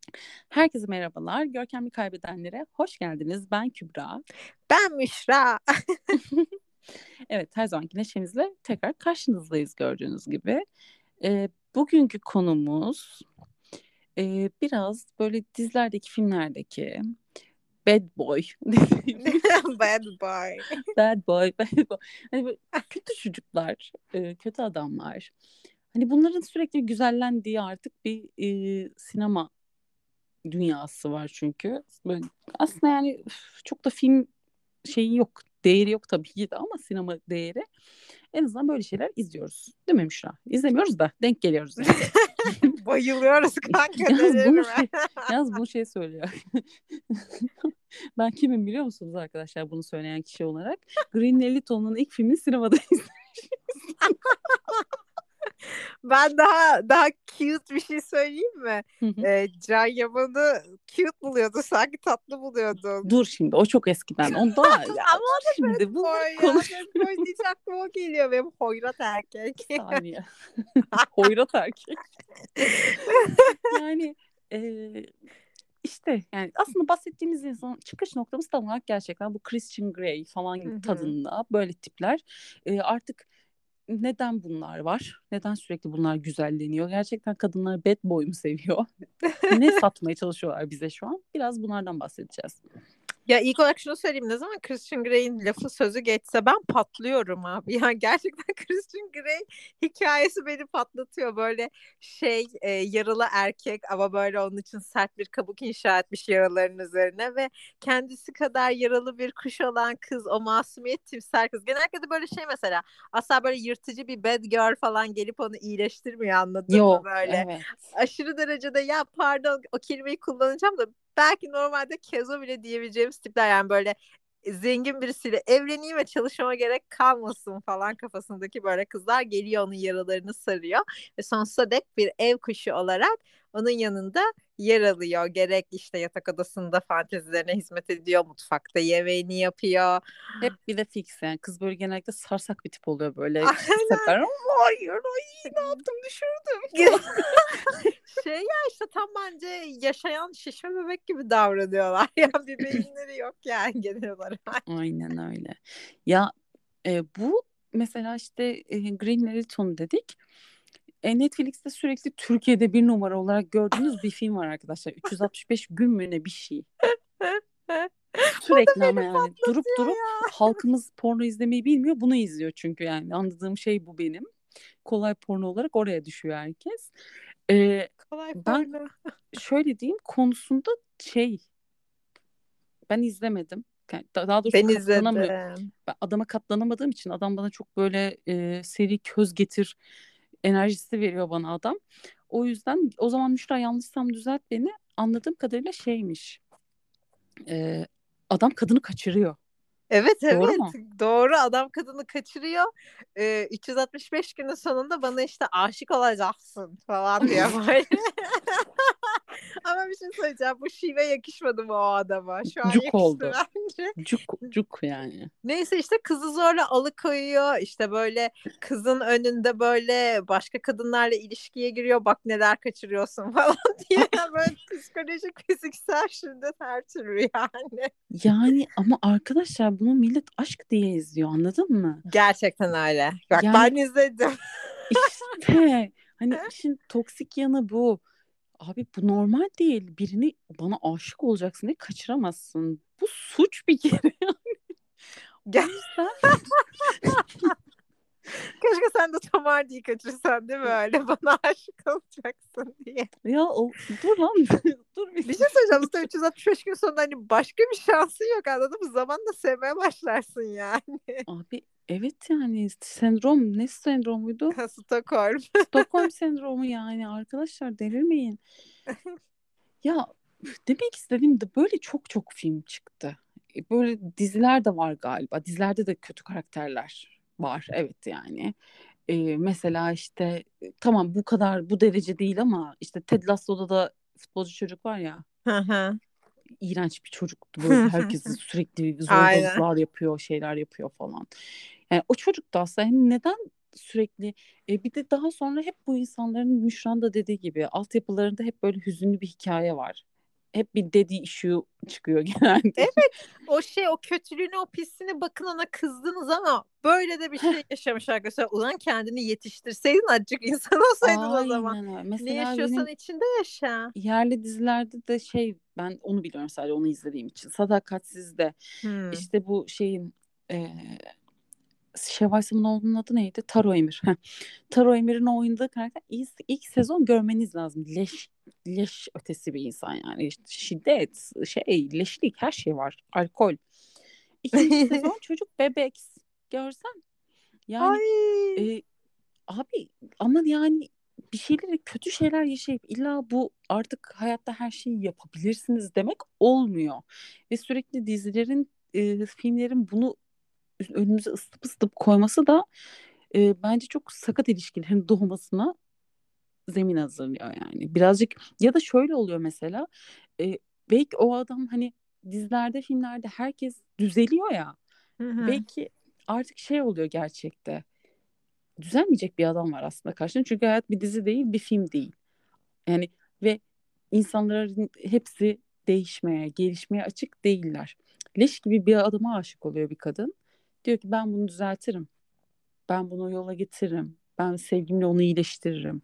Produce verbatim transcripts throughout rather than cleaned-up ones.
Herkese merhabalar. Görkemli Kaybedenlere hoş geldiniz. Ben Kübra. Ben Müşra. Evet, her zamanki neşemizle tekrar karşınızdayız gördüğünüz gibi. Ee, bugünkü konumuz e, biraz böyle dizilerdeki, filmlerdeki bad boy dediğimiz Bad boy. bad boy, bad boy. Hani böyle kötü çocuklar, e, kötü adamlar. Hani bunların sürekli güzellendiği artık bir e, sinema dünyası var çünkü. Böyle, aslında yani üf, çok da film şeyi yok. Değeri yok tabii ki de ama sinema değeri. En azından böyle şeyler izliyoruz. Değil mi Müşra? İzlemiyoruz da denk geliyoruz yani. Bayılıyoruz kanka Yalnız bunu delirme. şey, yalnız bunu şey söylüyor. Ben kimim biliyor musunuz arkadaşlar bunu söyleyen kişi olarak? Green Ellington'un ilk filmini sinemada izlemişim. Ben daha daha cute bir şey söyleyeyim mi? Hı hı. Ee, Can Yaman'ı cute buluyordu. Sanki tatlı buluyordun. Dur şimdi o çok eskiden. Onda ya Ama o dur da bad şimdi bunları boy ya. konuş. Bad boy deyince aklıma o geliyor. Benim hoyrat erkek. Bir saniye. Hoyrat erkek. Yani e, İşte yani aslında bahsettiğimiz insan çıkış noktamız tam olarak gerçekten bu Christian Grey Hı falan hı. tadında böyle tipler. Ee, artık neden bunlar var? Neden sürekli bunlar güzelleniyor? Gerçekten kadınlar bad boy mu seviyor? Ne satmaya çalışıyorlar bize şu an? Biraz bunlardan bahsedeceğiz. Ya ilk olarak şunu söyleyeyim. Ne zaman Christian Grey'in lafı sözü geçse ben patlıyorum abi. Yani gerçekten Christian Grey hikayesi beni patlatıyor. Böyle şey e, yaralı erkek ama böyle onun için sert bir kabuk inşa etmiş yaraların üzerine ve kendisi kadar yaralı bir kuş olan kız, o masumiyet timsel kız. Genellikle de böyle şey mesela asla böyle yırtıcı bir bad girl falan gelip onu iyileştirmiyor, anladın mı Yok, böyle? evet. Aşırı derecede ya pardon o kelimeyi kullanacağım da belki normalde kezo bile diyebileceğimiz tipler, yani böyle zengin birisiyle evleneyim ve çalışmama gerek kalmasın falan kafasındaki böyle kızlar geliyor, onun yaralarını sarıyor ve sonsuza dek bir ev kuşu olarak onun yanında yer alıyor. Gerek işte yatak odasında fantezilerine hizmet ediyor, mutfakta yemeğini yapıyor. Hep bir de fix yani. Kız böyle genellikle sarsak bir tip oluyor böyle. Bu Aynen. sefer hayır, ay ne yaptım düşürdüm falan. Şey ya işte tam bence yaşayan şişme bebek gibi davranıyorlar. Ya bir beyinleri yok yani genel olarak. Aynen öyle. Ya e, bu mesela işte e, Green Marathon dedik. E, Netflix'te sürekli Türkiye'de bir numara olarak gördüğünüz bir film var arkadaşlar. üç yüz altmış beş gün mü ne bir şey. O da Sürekli ama beni yani durup patlatıyor durup ya. halkımız porno izlemeyi bilmiyor. Bunu izliyor çünkü yani anladığım şey bu benim. Kolay porno olarak oraya düşüyor herkes. E, Kolay ben porno. şöyle diyeyim konusunda şey ben izlemedim. Yani da- daha doğrusu Ben katlanamıyorum. izledim. Ben adama katlanamadığım için adam bana çok böyle e, seri köz getir enerjisi veriyor bana adam. O yüzden o zaman Müşra yanlışsam düzelt beni. Anladığım kadarıyla şeymiş. e, adam kadını kaçırıyor. Evet Doğru evet, mu? doğru, adam kadını kaçırıyor. Ee, üç yüz altmış beş günün sonunda bana işte aşık olacaksın falan diyor böyle. Ama bir şey söyleyeceğim, bu şive yakışmadı mı o adama? Şu an Cuk yakıştı oldu. bence. Cuk, cuk yani. Neyse işte kızı zorla alıkoyuyor. İşte böyle kızın önünde böyle başka kadınlarla ilişkiye giriyor. Bak neler kaçırıyorsun falan diye. Böyle psikolojik, fiziksel şiddet her türlü yani. Yani ama arkadaşlar bunu millet aşk diye izliyor anladın mı? Gerçekten öyle. Bak Yani ben izledim. işte hani işin toksik yanı bu. Abi bu normal değil. Birini bana aşık olacaksın diye kaçıramazsın. Bu suç bir kere. O yüzden Keşke sen de Tom Hardy'yi kaçırsan değil mi öyle bana aşık olacaksın diye. ya o, dur lan dur bir Bir şey söyleyeceğim. Zaten üç yüz altmış beş gün sonra hani başka bir şansın yok, anladın mı? Zamanla sevmeye başlarsın yani. abi evet yani sendrom ne sendromuydu? Stockholm. Stockholm sendromu yani arkadaşlar delirmeyin. Ya demek istediğim de böyle çok çok film çıktı. E, Böyle diziler de var galiba. Dizilerde de kötü karakterler var evet yani. E, mesela işte e, tamam bu kadar bu derece değil ama işte Ted Lasso'da da futbolcu çocuk var ya. Hı hı. İğrenç bir çocuktu böyle herkesi sürekli Aynen. zorbalıklar yapıyor şeyler yapıyor falan. Yani o çocuk da aslında hani neden sürekli e, bir de daha sonra hep bu insanların Müşran da dediği gibi altyapılarında hep böyle hüzünlü bir hikaye var. Hep bir daddy issue çıkıyor genelde. Evet, o şey, o kötülüğünü, o pisliğini, bakın ona kızdınız ama böyle de bir şey yaşamış arkadaşlar. Ulan kendini yetiştirseydin, azıcık insan olsaydın o zaman. Aynen öyle. Ne Mesela yaşıyorsan benim içinde yaşa. yerli dizilerde de şey, ben onu biliyorum sadece, onu izlediğim için. Sadakatsiz'de Hmm. işte bu şeyin e, Şevval Samanoğlu'nun adı neydi? Taro Emir. Heh. Taro Emir'in oynadığı karakter ilk, ilk sezon görmeniz lazım. Leş leş ötesi bir insan yani. İşte şiddet, şey, leşlik, her şey var. Alkol. İkinci sezon çocuk bebek. Görsen yani Ay. e, abi, ama yani bir şeyleri, kötü şeyler yaşayıp illa bu artık hayatta her şeyi yapabilirsiniz demek olmuyor. Ve sürekli dizilerin, e, filmlerin bunu önümüze ısıtıp ısıtıp koyması da e, bence çok sakat ilişkilerin doğmasına zemin hazırlıyor yani. Birazcık, ya da şöyle oluyor mesela, e, belki o adam hani dizilerde, filmlerde herkes düzeliyor ya, Hı hı. belki artık şey oluyor gerçekte, düzelmeyecek bir adam var aslında karşında, çünkü hayat bir dizi değil, bir film değil yani. Ve insanların hepsi değişmeye, gelişmeye açık değiller. Leş gibi bir adama aşık oluyor bir kadın, diyor ki ben bunu düzeltirim, ben bunu yola getiririm, ben sevgimle onu iyileştiririm.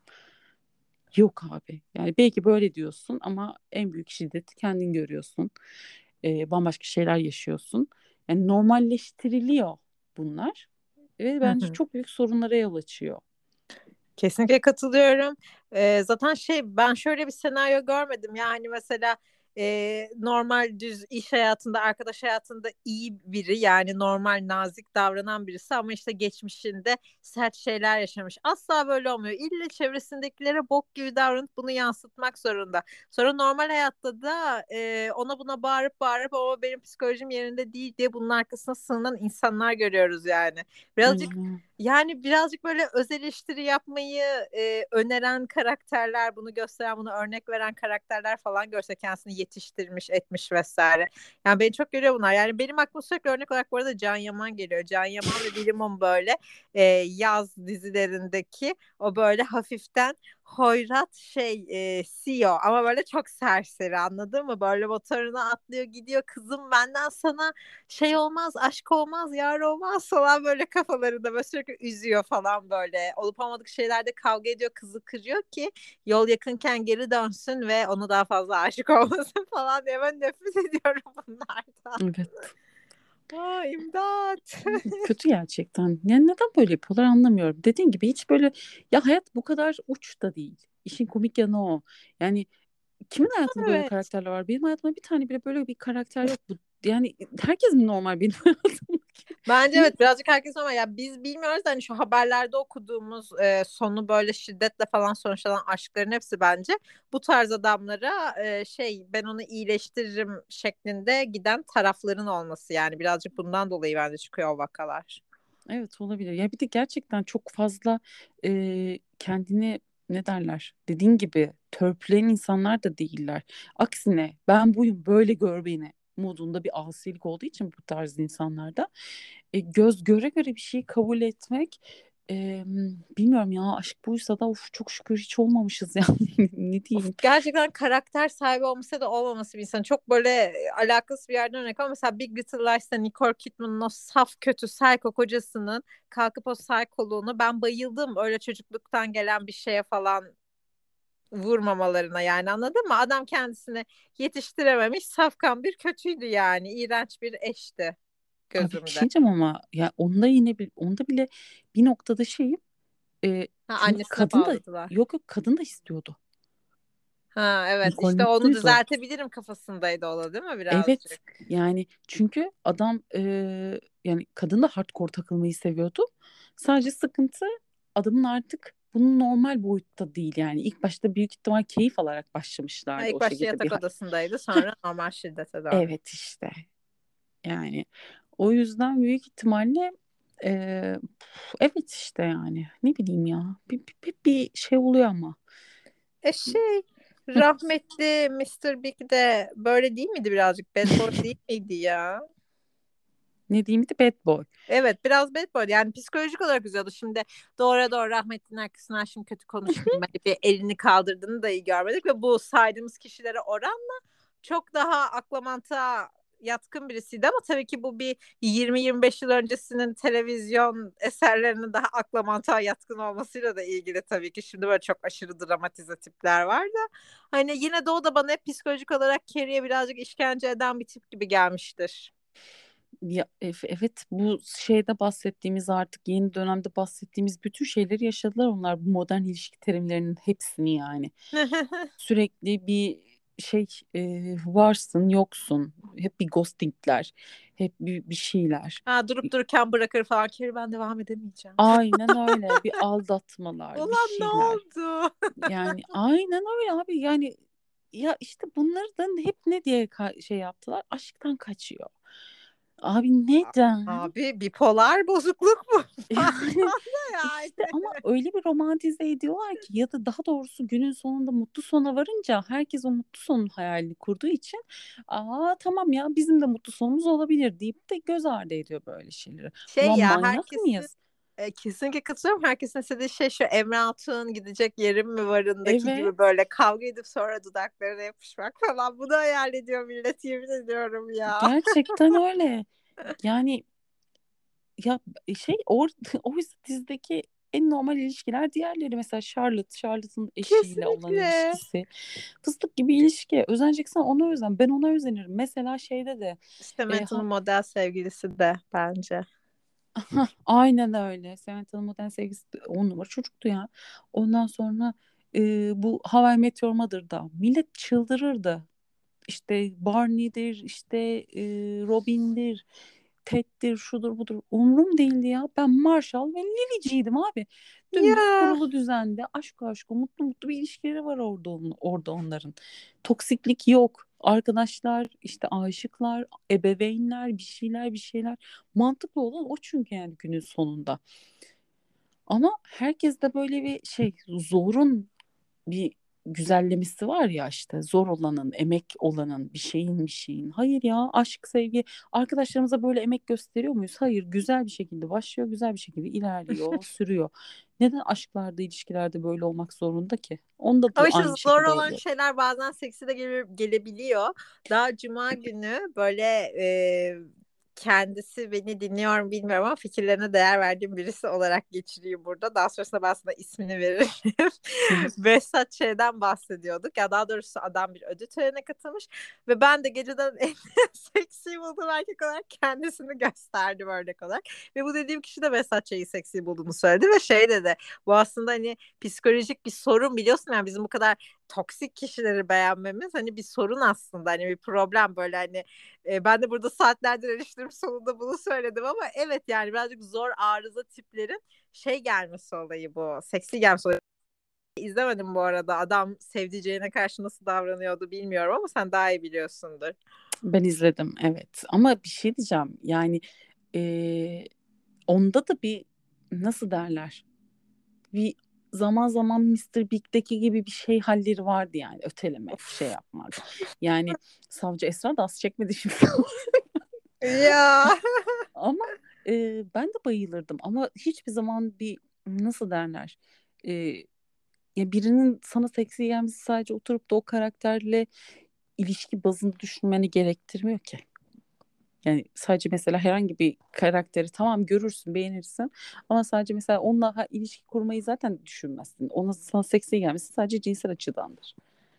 Yok abi. Yani belki böyle diyorsun ama en büyük şiddeti kendin görüyorsun. Ee, bambaşka şeyler yaşıyorsun. Yani normalleştiriliyor bunlar. Ve Hı bence hı. çok büyük sorunlara yol açıyor. Kesinlikle katılıyorum. Ee, zaten şey, ben şöyle bir senaryo görmedim. Yani mesela e, normal düz iş hayatında, arkadaş hayatında iyi biri, yani normal nazik davranan birisi ama işte geçmişinde sert şeyler yaşamış. Asla böyle olmuyor. İlle çevresindekilere bok gibi davranıp bunu yansıtmak zorunda. Sonra normal hayatta da e, ona buna bağırıp bağırıp ama benim psikolojim yerinde değil diye bunun arkasına sığınan insanlar görüyoruz yani. Birazcık, Aynen öyle. yani birazcık böyle öz eleştiri yapmayı e, öneren karakterler, bunu gösteren, bunu örnek veren karakterler falan görse, kendisini yetiştirmiş, etmiş vesaire. Yani beni çok görüyor bunlar. Yani benim aklıma sürekli örnek olarak bu arada Can Yaman geliyor. Can Yaman ve Bilimum, böyle e, yaz dizilerindeki o böyle hafiften hoyrat şey, e, C E O ama böyle çok serseri, anladın mı? Böyle motoruna atlıyor gidiyor, kızım benden sana şey olmaz, aşk olmaz, yar olmaz falan, böyle kafalarında böyle sürekli üzüyor falan böyle. Olup olmadık şeylerde kavga ediyor, kızı kırıyor ki yol yakınken geri dönsün ve onu daha fazla aşık olmasın falan diye. Ben nefret ediyorum bunlardan. Evet. Aa, imdat. Kötü gerçekten. Yani neden böyle yapıyorlar anlamıyorum. Dediğin gibi hiç böyle, ya hayat bu kadar uç da değil. İşin komik yanı o. Yani kimin hayatında böyle Evet. karakterler var? Benim hayatımda bir tane bile böyle bir karakter yok. Bu, yani herkes mi normal benim hayatımda? Bence Niye? evet, birazcık herkes, ama ya biz bilmiyoruz da hani şu haberlerde okuduğumuz e, sonu böyle şiddetle falan sonuçlanan aşkların hepsi bence bu tarz adamlara e, şey, ben onu iyileştiririm şeklinde giden tarafların olması, yani birazcık bundan dolayı bence çıkıyor o vakalar. Evet, olabilir. Ya bir de gerçekten çok fazla e, kendini, ne derler, dediğin gibi törpüleyen insanlar da değiller. Aksine ben buyum, böyle gör beni modunda bir asilik olduğu için bu tarz insanlarda e, göz göre göre bir şeyi kabul etmek, e, bilmiyorum ya, aşk buysa da of, çok şükür hiç olmamışız yani. Ne Of, diyeyim. gerçekten karakter sahibi olması da olmaması bir insan. Çok böyle e, alakasız bir yerden örnek ama mesela Big Little Lies'ta Nicole Kidman'ın o saf kötü psycho kocasının kalkıp o psycholuğunu, ben bayıldım öyle çocukluktan gelen bir şeye falan vurmamalarına, yani anladın mı? Adam kendisini yetiştirememiş, safkan bir kötüydü yani. İğrenç bir eşti Abi bir şey gözümde. diyeceğim ama ya onda yine bir, onda bile bir noktada şeyim, e, Ha, çünkü annesine kadın da, bağladılar. yok yok, kadın da istiyordu. Ha evet, Nicole işte onu mutluydu. düzeltebilirim kafasındaydı o da, değil mi Evet, birazcık? yani çünkü adam, e, yani kadın da hardcore takılmayı seviyordu. Sadece sıkıntı, adamın artık bunun normal boyutta değil yani. İlk başta büyük ihtimal keyif alarak Ha, başlamışlardı ilk o başta şekilde bir yatak hay- odasındaydı, Heh, sonra normal şiddete döndü. evet işte yani, o yüzden büyük ihtimalle, e, evet işte yani ne bileyim ya, bir, bir, bir bir şey oluyor ama. E şey, rahmetli mister Big de böyle değil miydi birazcık? Bad boy değil miydi ya? Ne diyeyim de Bad Boy. Evet, biraz bad boy yani psikolojik olarak üzüyordu. Şimdi doğru doğru rahmetlinin arkasından şimdi kötü konuşmayayım. Hani bir elini kaldırdığını da iyi görmedik ve bu saydığımız kişilere oranla çok daha akla mantığa yatkın birisiydi ama tabii ki bu bir yirmi yirmi beş yıl öncesinin televizyon eserlerinin daha akla mantığa yatkın olmasıyla da ilgili tabii ki. Şimdi böyle çok aşırı dramatize tipler var da hani yine de o da bana hep psikolojik olarak Carrie'ye birazcık işkence eden bir tip gibi gelmiştir. Ya, ev- evet, bu şeyde bahsettiğimiz, artık yeni dönemde bahsettiğimiz bütün şeyleri yaşadılar onlar, bu modern ilişki terimlerinin hepsini yani. Sürekli bir şey, e, varsın yoksun, hep bir ghostingler, hep bir, bir şeyler. Ha, durup dururken bırakır falan. Carrie ben devam edemeyeceğim. Aynen öyle, bir aldatmalar, bir Ulan ne şeyler. oldu? Yani aynen öyle abi, yani ya işte bunlardan hep ne diye ka- şey yaptılar, aşktan kaçıyor. Abi neden? Abi bipolar bozukluk mu? Yani Yani. işte ama öyle bir romantize ediyorlar ki, ya da daha doğrusu günün sonunda mutlu sona varınca herkes o mutlu sonun hayalini kurduğu için, aa tamam ya, bizim de mutlu sonumuz olabilir deyip de göz ardı ediyor böyle şeyleri. Şey Ulan ya manyak herkesin mıyız? e, kesinlikle katılıyorum. Herkesin istediği şey şu Emre Altuğ'un gidecek yerim mi varındaki gibi Evet, böyle kavga edip sonra dudaklarına yapışmak falan. Bunu hayal ediyor millet yemin ediyorum ya. gerçekten öyle. Yani ya şey, or o yüzden dizideki en normal ilişkiler diğerleri, mesela Charlotte, Charlotte'ın eşiyle olan Kesinlikle. ilişkisi fıstık gibi ilişki. Özeneceksen ona özen. Ben ona özenirim. Mesela şeyde de e, Samanta'nın ha, model sevgilisi de bence. aynen öyle. Samantha Modern sevgisi de on numara çocuktu ya. Ondan sonra e, bu How I Met Your Mother'da millet çıldırırdı. İşte Barney'dir, işte e, Robin'dir, Ted'dir, şudur budur. Umurum değildi ya. Ben Marshall ve Lily'ciydim abi. Dümdüz Ya. kurulu düzende aşk aşkı mutlu mutlu bir ilişkileri var orada, on- orada onların. Toksiklik yok. Arkadaşlar, işte aşıklar, ebeveynler, bir şeyler bir şeyler. Mantıklı olan o çünkü, yani günün sonunda. Ama herkes de böyle bir şey, zorun bir güzellemesi var ya, işte zor olanın, emek olanın, bir şeyin bir şeyin. Hayır ya, aşk, sevgi, arkadaşlarımıza böyle emek gösteriyor muyuz? Hayır, güzel bir şekilde başlıyor, güzel bir şekilde ilerliyor, sürüyor. Neden aşklarda, ilişkilerde böyle olmak zorunda ki? Onda da Ama işte aynı zor şekilde olan öyle. şeyler bazen seksi de gele- gelebiliyor. Daha cuma günü böyle e, kendisi beni dinliyor mu bilmiyorum ama fikirlerine değer verdiğim birisi olarak geçireyim burada. Daha sonrasında ben sana ismini veririm. Hı hı. Behzat Ç'den bahsediyorduk. Ya daha doğrusu adam bir ödül törenine katılmış ve ben de geceden en seksi bulduğum erkek olarak kendisini gösterdim örnek olarak. Ve bu dediğim kişi de Behzat Ç'yi seksi bulduğunu söyledi ve şey dedi. Bu aslında hani psikolojik bir sorun biliyorsun yani bizim bu kadar toksik kişileri beğenmemiz hani bir sorun aslında hani bir problem böyle hani e, ben de burada saatlerdir eleştirim sonunda bunu söyledim ama evet yani birazcık zor arıza tiplerin şey gelmesi olayı bu seksi gelmesi olayı. İzlemedim bu arada adam sevdiceğine karşı nasıl davranıyordu bilmiyorum ama sen daha iyi biliyorsundur. Ben izledim, evet, ama bir şey diyeceğim yani, eee, onda da bir, nasıl derler, bir zaman zaman mister Big'deki gibi bir şey halleri vardı, yani ötelemek, şey yapmak. Yani Savcı Esra da az çekmedi şimdi. Ya. Ama e, ben de bayılırdım, ama hiçbir zaman bir, nasıl derler, e, ya birinin sana seksi gelmesi sadece oturup da o karakterle ilişki bazında düşünmeni gerektirmiyor ki. Yani sadece mesela herhangi bir karakteri tamam görürsün, beğenirsin, ama sadece mesela onunla ha, ilişki kurmayı zaten düşünmezsin. Ona sana seksi gelmesi sadece cinsel açıdandır.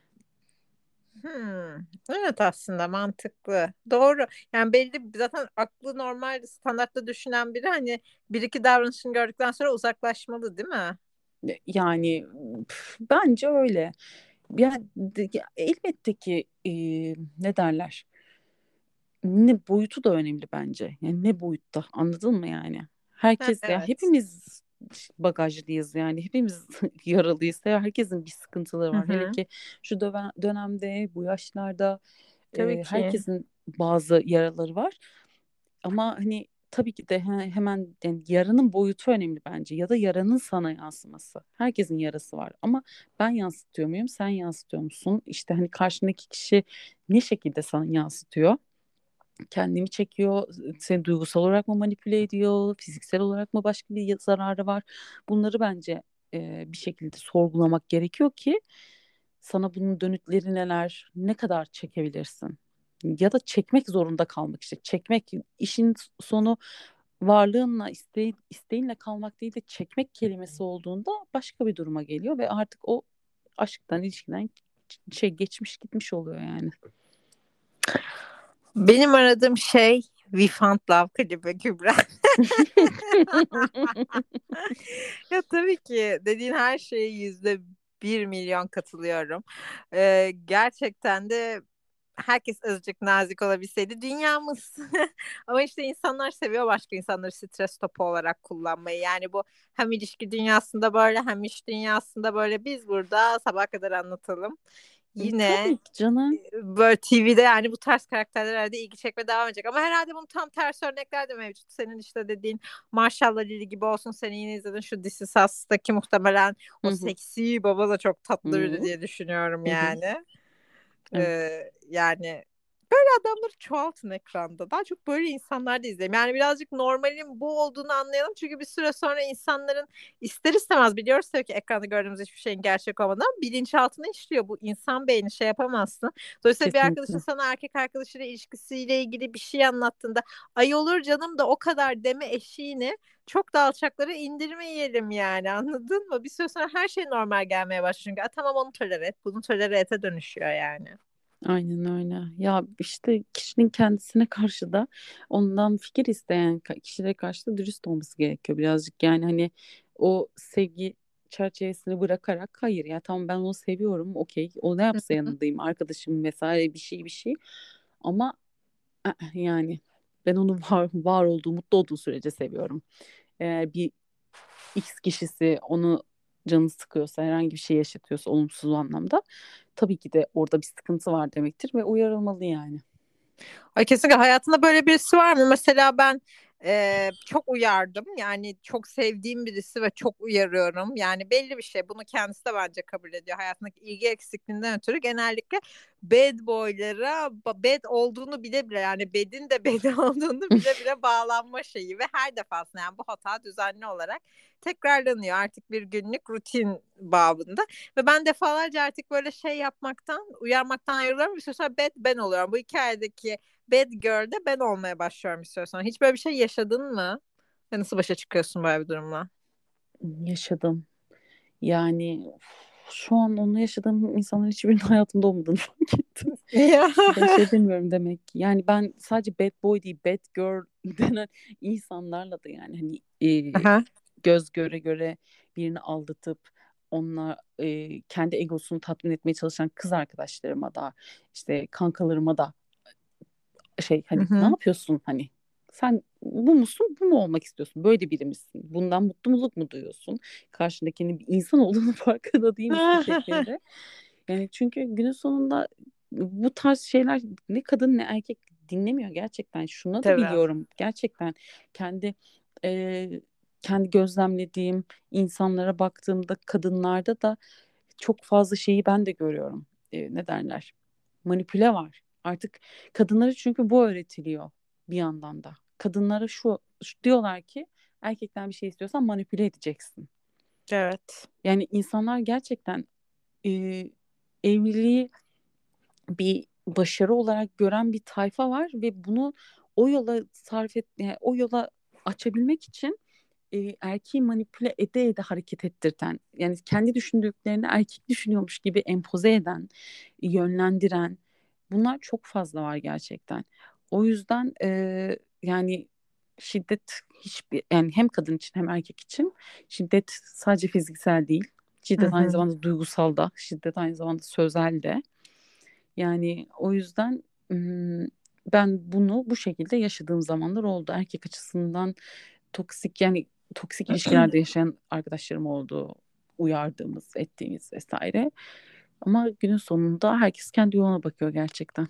Hmm, evet aslında mantıklı. Doğru. Yani belli zaten aklı normal standartta düşünen biri hani bir iki davranışını gördükten sonra uzaklaşmalı değil mi? Yani pf, bence öyle. Yani de- ya elbette ki, e, ne derler? Ne boyutu da önemli bence. Yani ne boyutta, anladın mı yani? Ha, Herkes, ya evet. hepimiz bagajlıyız yani, hepimiz yaralıyız. Ya herkesin bir sıkıntıları Hı var. Hele hı. ki şu döve- dönemde, bu yaşlarda Tabii e, ki. herkesin bazı yaraları var. Ama hani tabii ki de he- hemen, yani yaranın boyutu önemli bence, ya da yaranın sana yansıması. Herkesin yarası var, ama ben yansıtıyor muyum? Sen yansıtıyor musun? İşte hani karşındaki kişi ne şekilde sana yansıtıyor? Kendimi çekiyor, seni duygusal olarak mı manipüle ediyor, fiziksel olarak mı başka bir zararı var? Bunları bence e, bir şekilde sorgulamak gerekiyor ki sana bunun dönütleri neler, ne kadar çekebilirsin? Ya da çekmek zorunda kalmak işte. Çekmek işin sonu varlığınla iste, isteğinle kalmak değil de çekmek kelimesi olduğunda başka bir duruma geliyor ve artık o aşktan, ilişkiden şey geçmiş gitmiş oluyor yani. Benim aradığım şey We Found Love klibi Kübra. Ya tabii ki dediğin her şeye yüzde bir milyon katılıyorum. Ee, gerçekten de herkes azıcık nazik olabilseydi dünyamız. Ama işte insanlar seviyor başka insanları stres topu olarak kullanmayı. Yani bu hem ilişki dünyasında böyle hem iş dünyasında böyle biz burada sabaha kadar anlatalım. Yine Tabii ki canım. böyle T V'de yani bu tarz karakterler herhalde ilgi çekmeye devam edecek. Ama herhalde bunun tam tersi örnekler de mevcut. Senin işte dediğin Marshall'la Lily gibi olsun. Senin yine izlediğin şu This Is Us'taki muhtemelen Hı o hı. seksi baba da çok tatlı biri Hı diye düşünüyorum hı. Hı. yani. Evet, Ee, yani böyle adamları çoğaltın ekranda. Daha çok böyle insanlar da izleyelim. Yani birazcık normalin bu olduğunu anlayalım. Çünkü bir süre sonra insanların ister istemez biliyoruz tabii ki ekranda gördüğümüz hiçbir şeyin gerçek olmadan bilinçaltına işliyor. Bu insan beyni şey yapamazsın. Dolayısıyla bir arkadaşın kesinlikle. sana erkek arkadaşıyla ilişkisiyle ilgili bir şey anlattığında ay olur canım da o kadar deme eşiğini çok da alçaklara indirmeyelim yani anladın mı? Bir süre sonra her şey normal gelmeye başlıyor. Çünkü "A, tamam onu tolere et. Bunu tolere ete dönüşüyor yani. Aynen öyle. Ya işte kişinin kendisine karşı da ondan fikir isteyen ka- kişilere karşı da dürüst olması gerekiyor birazcık. Yani hani o sevgi çerçevesini bırakarak hayır ya tamam ben onu seviyorum okey o ne yapsa yanındayım arkadaşım vesaire bir şey bir şey ama ı-ı, yani ben onu var, var olduğu mutlu olduğu sürece seviyorum. Eğer bir X kişisi onu canı sıkıyorsa herhangi bir şey yaşatıyorsa olumsuz anlamda tabii ki de orada bir sıkıntı var demektir ve uyarılmalı yani. Ay kesinlikle hayatında böyle birisi var mı? Mesela ben e, çok uyardım. Yani çok sevdiğim birisi ve çok uyarıyorum. Yani belli bir şey. Bunu kendisi de bence kabul ediyor. Hayatındaki ilgi eksikliğinden ötürü genellikle bad boylara ba- bad olduğunu bile bile yani bad'in de bad olduğunu bile bile bağlanma şeyi ve her defasında yani bu hata düzenli olarak tekrarlanıyor. Artık bir günlük rutin babında. Ve ben defalarca artık böyle şey yapmaktan, uyarmaktan ayrılıyorum. Bir süre sonra bad ben oluyorum. Bu hikayedeki bad girl'de ben olmaya başlıyorum bir süre sonra. Hiç böyle bir şey yaşadın mı? Ve nasıl başa çıkıyorsun böyle bir durumla? Yaşadım. Yani uf, şu an onu yaşadığım insanların hiçbirinin hayatımda olmadığını fark ettim. Ya. Baş edemiyorum demek ki. Yani ben sadece bad boy değil bad girl denen insanlarla da yani hani e, Aha. göz göre göre birini aldatıp onunla e, kendi egosunu tatmin etmeye çalışan kız arkadaşlarıma da işte kankalarıma da şey Hı hani ne hı. yapıyorsun hani sen bu musun bu mu olmak istiyorsun böyle biri misin bundan mutluluk mu duyuyorsun karşındakinin bir insan olduğunu farkında değil misin bir kere yani çünkü günün sonunda bu tarz şeyler ne kadın ne erkek dinlemiyor gerçekten şunu da Tabii. biliyorum gerçekten kendi e, kendi gözlemlediğim insanlara baktığımda kadınlarda da çok fazla şeyi ben de görüyorum. E, ne derler? Manipüle var. Artık kadınlara çünkü bu öğretiliyor bir yandan da. Kadınlara şu, şu diyorlar ki erkekten bir şey istiyorsan manipüle edeceksin. Evet. Yani insanlar gerçekten e, evliliği bir başarı olarak gören bir tayfa var ve bunu o yola sarf et, yani o yola açabilmek için e, erkeği manipüle ede ede hareket ettirten, yani kendi düşündüklerini erkek düşünüyormuş gibi empoze eden, yönlendiren bunlar çok fazla var gerçekten. O yüzden e, yani şiddet hiçbir yani hem kadın için hem erkek için şiddet sadece fiziksel değil. Hı Şiddet aynı hı. zamanda duygusal da, şiddet aynı zamanda sözel de. Yani o yüzden ım, ben bunu bu şekilde yaşadığım zamanlar oldu. Erkek açısından toksik yani toksik ilişkilerde yaşayan arkadaşlarım oldu. Uyardığımız, ettiğimiz vesaire. Ama günün sonunda herkes kendi yoluna bakıyor gerçekten.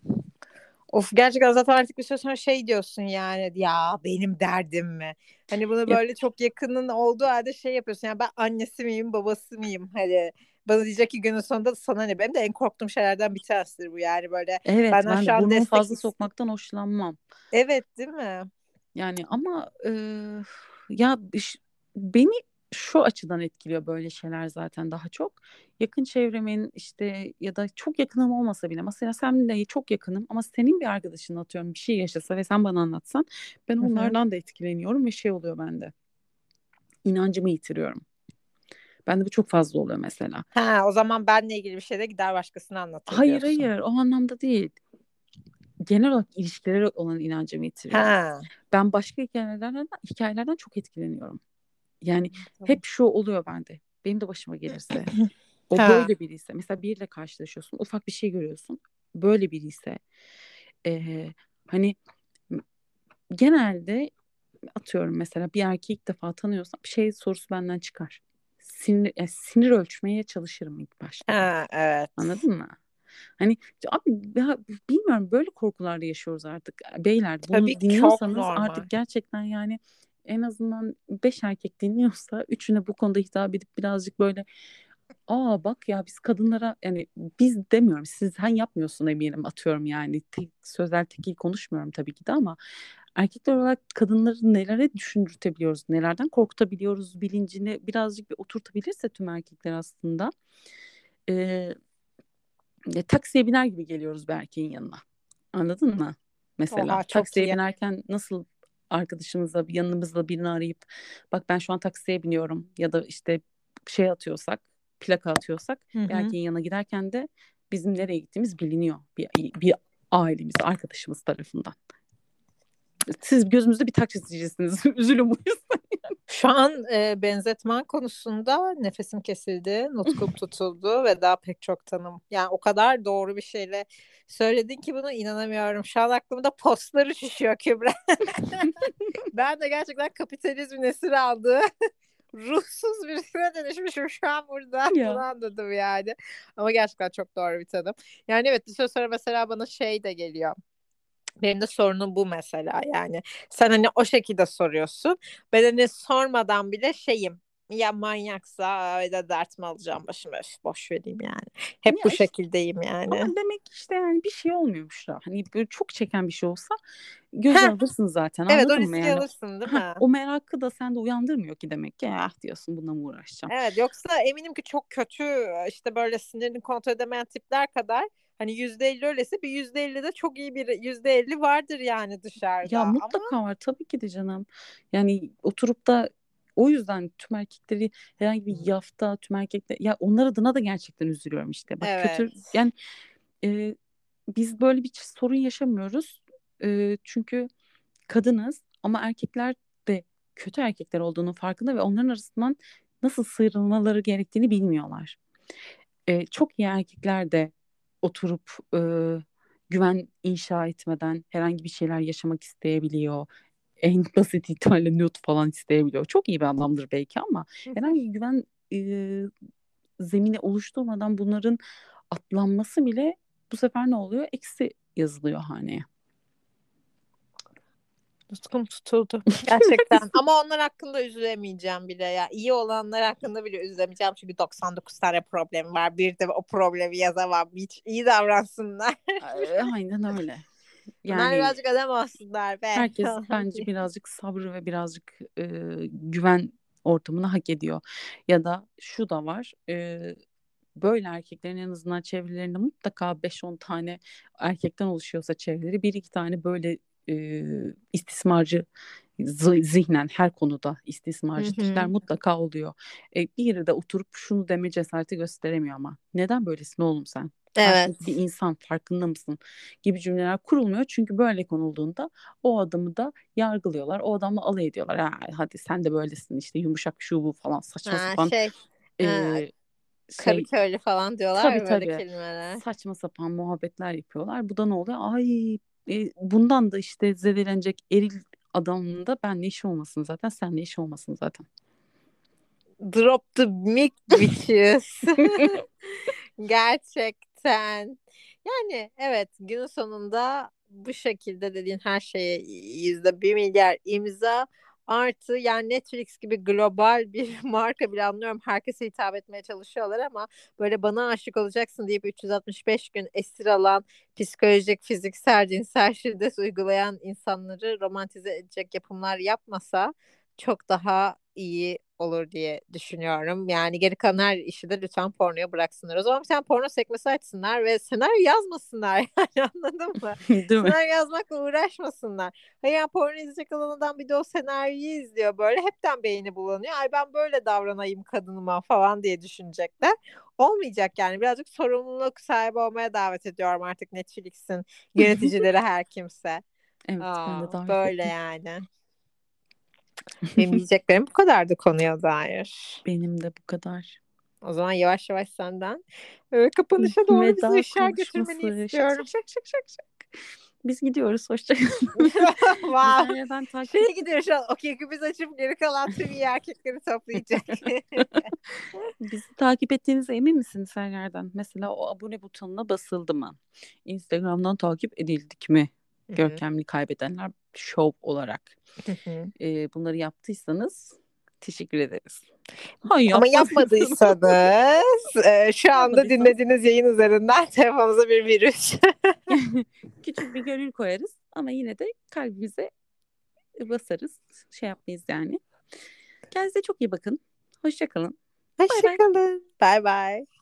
Of gerçekten zaten artık bir süre sonra şey diyorsun yani ya benim derdim mi? Hani bunu Ya, böyle çok yakının olduğu halde şey yapıyorsun. Yani ben annesi miyim babası mıyım? Hani bana diyecek ki günün sonunda sana ne? Benim de en korktuğum şeylerden bir tanesidir bu, yani böyle Evet, benden ben şu de an burnumu destek fazla is- sokmaktan hoşlanmam. Evet, değil mi? Yani ama e, ya iş- beni şu açıdan etkiliyor böyle şeyler zaten daha çok. Yakın çevremin işte ya da çok yakınım olmasa bile mesela seninle çok yakınım ama senin bir arkadaşın atıyorum bir şey yaşasa ve sen bana anlatsan ben Hı hı. onlardan da etkileniyorum ve şey oluyor bende. İnancımı yitiriyorum. Bende bu çok fazla oluyor mesela. Ha, o zaman benle ilgili bir şey de gider başkasına anlatır Hayır diyorsun. hayır o anlamda değil. Genel olarak ilişkilere olan inancımı yitiriyorum. Ha. Ben başka hikayelerden, hikayelerden çok etkileniyorum. Yani hep Anladım. şu oluyor bende. Benim de başıma gelirse. O Ha. böyle biri ise. Mesela biriyle karşılaşıyorsun. Ufak bir şey görüyorsun. Böyle biri ise. eee, hani genelde atıyorum mesela bir erkeği ilk defa tanıyorsam bir şey sorusu benden çıkar. Sinir, yani sinir ölçmeye çalışırım ilk başta. Ha, evet. Anladın mı? Hani abi ya, bilmiyorum böyle korkularla yaşıyoruz artık. Beyler Tabii bunu ki çok dinliyorsanız normal. artık gerçekten yani en azından beş erkek dinliyorsa üçüne bu konuda hitap edip birazcık böyle aa bak ya biz kadınlara yani biz demiyorum siz sen yapmıyorsun eminim atıyorum yani tek, sözel tekil konuşmuyorum tabii ki de ama erkekler olarak kadınları nelere düşündürtebiliyoruz nelerden korkutabiliyoruz bilincini birazcık bir oturtabilirse tüm erkekler aslında e, e, taksiye biner gibi geliyoruz bir erkeğin yanına. Anladın mı? Mesela Oha, çok taksiye iyi. binerken nasıl arkadaşımızla yanımızda birini arayıp bak ben şu an taksiye biniyorum ya da işte şey atıyorsak plaka atıyorsak Hı bir hı. erkeğin yanına giderken de bizim nereye gittiğimiz biliniyor bir, bir ailemiz arkadaşımız tarafından. Siz gözümüzde bir taksicicisiniz. Üzülün bu yüzden. Şu an e, benzetmen konusunda nefesim kesildi, nutkum tutuldu ve daha pek çok tanım. Yani o kadar doğru bir şeyle söyledin ki bunu inanamıyorum. Şu an aklımda postlar üşüşüyor Kübra. Ben de gerçekten kapitalizmin esir aldığı ruhsuz birisine dönüşmüşüm şu an burada. Bunu Ya. anladım yani. Ama gerçekten çok doğru bir tanım. Yani evet, bir süre sonra mesela bana şey de geliyor. Benim de sorunum bu mesela yani. Sen hani o şekilde soruyorsun. Ben hani sormadan bile şeyim. Ya manyaksa öyle dert mi alacağım başıma? Öf, boş vereyim yani. Hep bu Ya işte şekildeyim ama yani. demek ki işte yani bir şey olmuyormuş da. Hani böyle çok çeken bir şey olsa göze Heh, alırsın zaten evet, o anladın mı riski yani? alırsın değil Ha, mi? o merakı da sende uyandırmıyor ki demek ki. Ah diyorsun bununla mı uğraşacağım? Evet, yoksa eminim ki çok kötü, işte böyle sinirini kontrol edemeyen tipler kadar hani yüzde elli öylesi, bir yüzde elli de çok iyi, bir yüzde elli vardır yani Ya dışarıda ama. mutlaka var tabii ki de canım. Yani oturup da o yüzden tüm erkekleri herhangi bir yafta tüm erkekler ya onlar adına da gerçekten üzülüyorum işte. Bak kötü Evet. yani e, biz böyle bir sorun yaşamıyoruz. E, çünkü kadınız ama erkekler de kötü erkekler olduğunu farkında ve onların arasından nasıl sıyrılmaları gerektiğini bilmiyorlar. E, çok iyi erkekler de oturup e, güven inşa etmeden herhangi bir şeyler yaşamak isteyebiliyor. En basit ihtimalle nude falan isteyebiliyor. Çok iyi bir adamdır belki ama herhangi bir güven e, zemini oluşturmadan bunların atlanması bile bu sefer ne oluyor? Eksi yazılıyor haneye. Tutkum tutuldu gerçekten. Ama onlar hakkında üzülemeyeceğim bile ya. İyi olanlar hakkında bile üzülemeyeceğim. Çünkü doksan dokuz tane problemi var. Bir de o problemi yazamam. Hiç iyi davransınlar. E, Aynen öyle. Bunlar Yani birazcık adam olsunlar be. herkes bence birazcık sabrı ve birazcık e, güven ortamını hak ediyor. Ya da şu da var. E, böyle erkeklerin en azından çevrelerinde mutlaka beş on tane erkekten oluşuyorsa çevreleri bir iki tane böyle e, istismarcı zı- zihnen her konuda Hı istismarcı tipler hı. mutlaka oluyor. E, bir yere de oturup şunu deme cesareti gösteremiyor ama. Neden böylesin oğlum sen? Karşındaki bir Evet. insan farkında mısın? Gibi cümleler kurulmuyor. Çünkü böyle konulduğunda o adamı da yargılıyorlar. O adamla alay ediyorlar. Ha, hadi sen de böylesin işte yumuşak şu bu falan saçma Ha, sapan şey, e, e, karı şey köylü falan diyorlar tabii ya böyle tabii kelimeler. saçma sapan muhabbetler yapıyorlar. Bu da ne oluyor? Ay e, bundan da işte zedelenecek eril adamın da benle işi olmasın zaten seninle işi olmasın zaten. Drop the mic bitches. Gerçekten. Yani evet, günün sonunda bu şekilde dediğin her şeye yüzde bir milyar imza. Artı yani Netflix gibi global bir marka bile, anlıyorum herkese hitap etmeye çalışıyorlar ama böyle bana aşık olacaksın deyip üç yüz altmış beş gün esir alan, psikolojik, fiziksel, cinsel şiddet uygulayan insanları romantize edecek yapımlar yapmasa çok daha iyi olur diye düşünüyorum. Yani geri kalan her işi de lütfen pornoya bıraksınlar. O zaman bir tane porno sekmesi açsınlar ve senaryo yazmasınlar yani, anladın mı? Değil mi? Senaryo yazmakla uğraşmasınlar. Hayır yani porno izleyecek olan adam bir de o senaryoyu izliyor böyle. Hepten beyni bulanıyor. Ay ben böyle davranayım kadınıma falan diye düşünecekler. Olmayacak yani. Birazcık sorumluluk sahibi olmaya davet ediyorum artık Netflix'in yöneticileri, her kimse. Evet, ben de Aa, davet böyle ettim. yani. Benim diyeceklerim bu kadardı konuya dair. Benim de bu kadar. O zaman yavaş yavaş senden e, kapanışa doğru bizi Veda ışığa götürmeni konuşması. Şak şak istiyorum. şak şak şak şak. Biz gidiyoruz. Hoşça kalın. Bizi Wow. her yerden takip Şeye gidiyor şu an. Okey biz açıp geri kalan tüm iyi erkekleri toplayacak. Bizi takip ettiğinize emin misiniz her yerden? Mesela o abone butonuna basıldı mı? Instagram'dan takip edildik mi? Hı hı. Görkemli Kaybedenler Show olarak. Hı hı. Ee, bunları yaptıysanız teşekkür ederiz. Hayır, Ama yapmadıysanız. yapmadıysanız e, şu anda Yapmadıysanız dinlediğiniz yayın üzerinden telefonunuza bir virüs. küçük bir gönül koyarız ama yine de kalbimize basarız. Şey yapmayız yani. Kendinize çok iyi bakın. Hoşça kalın. Bay bay. Hoşçakalın. Bay bay.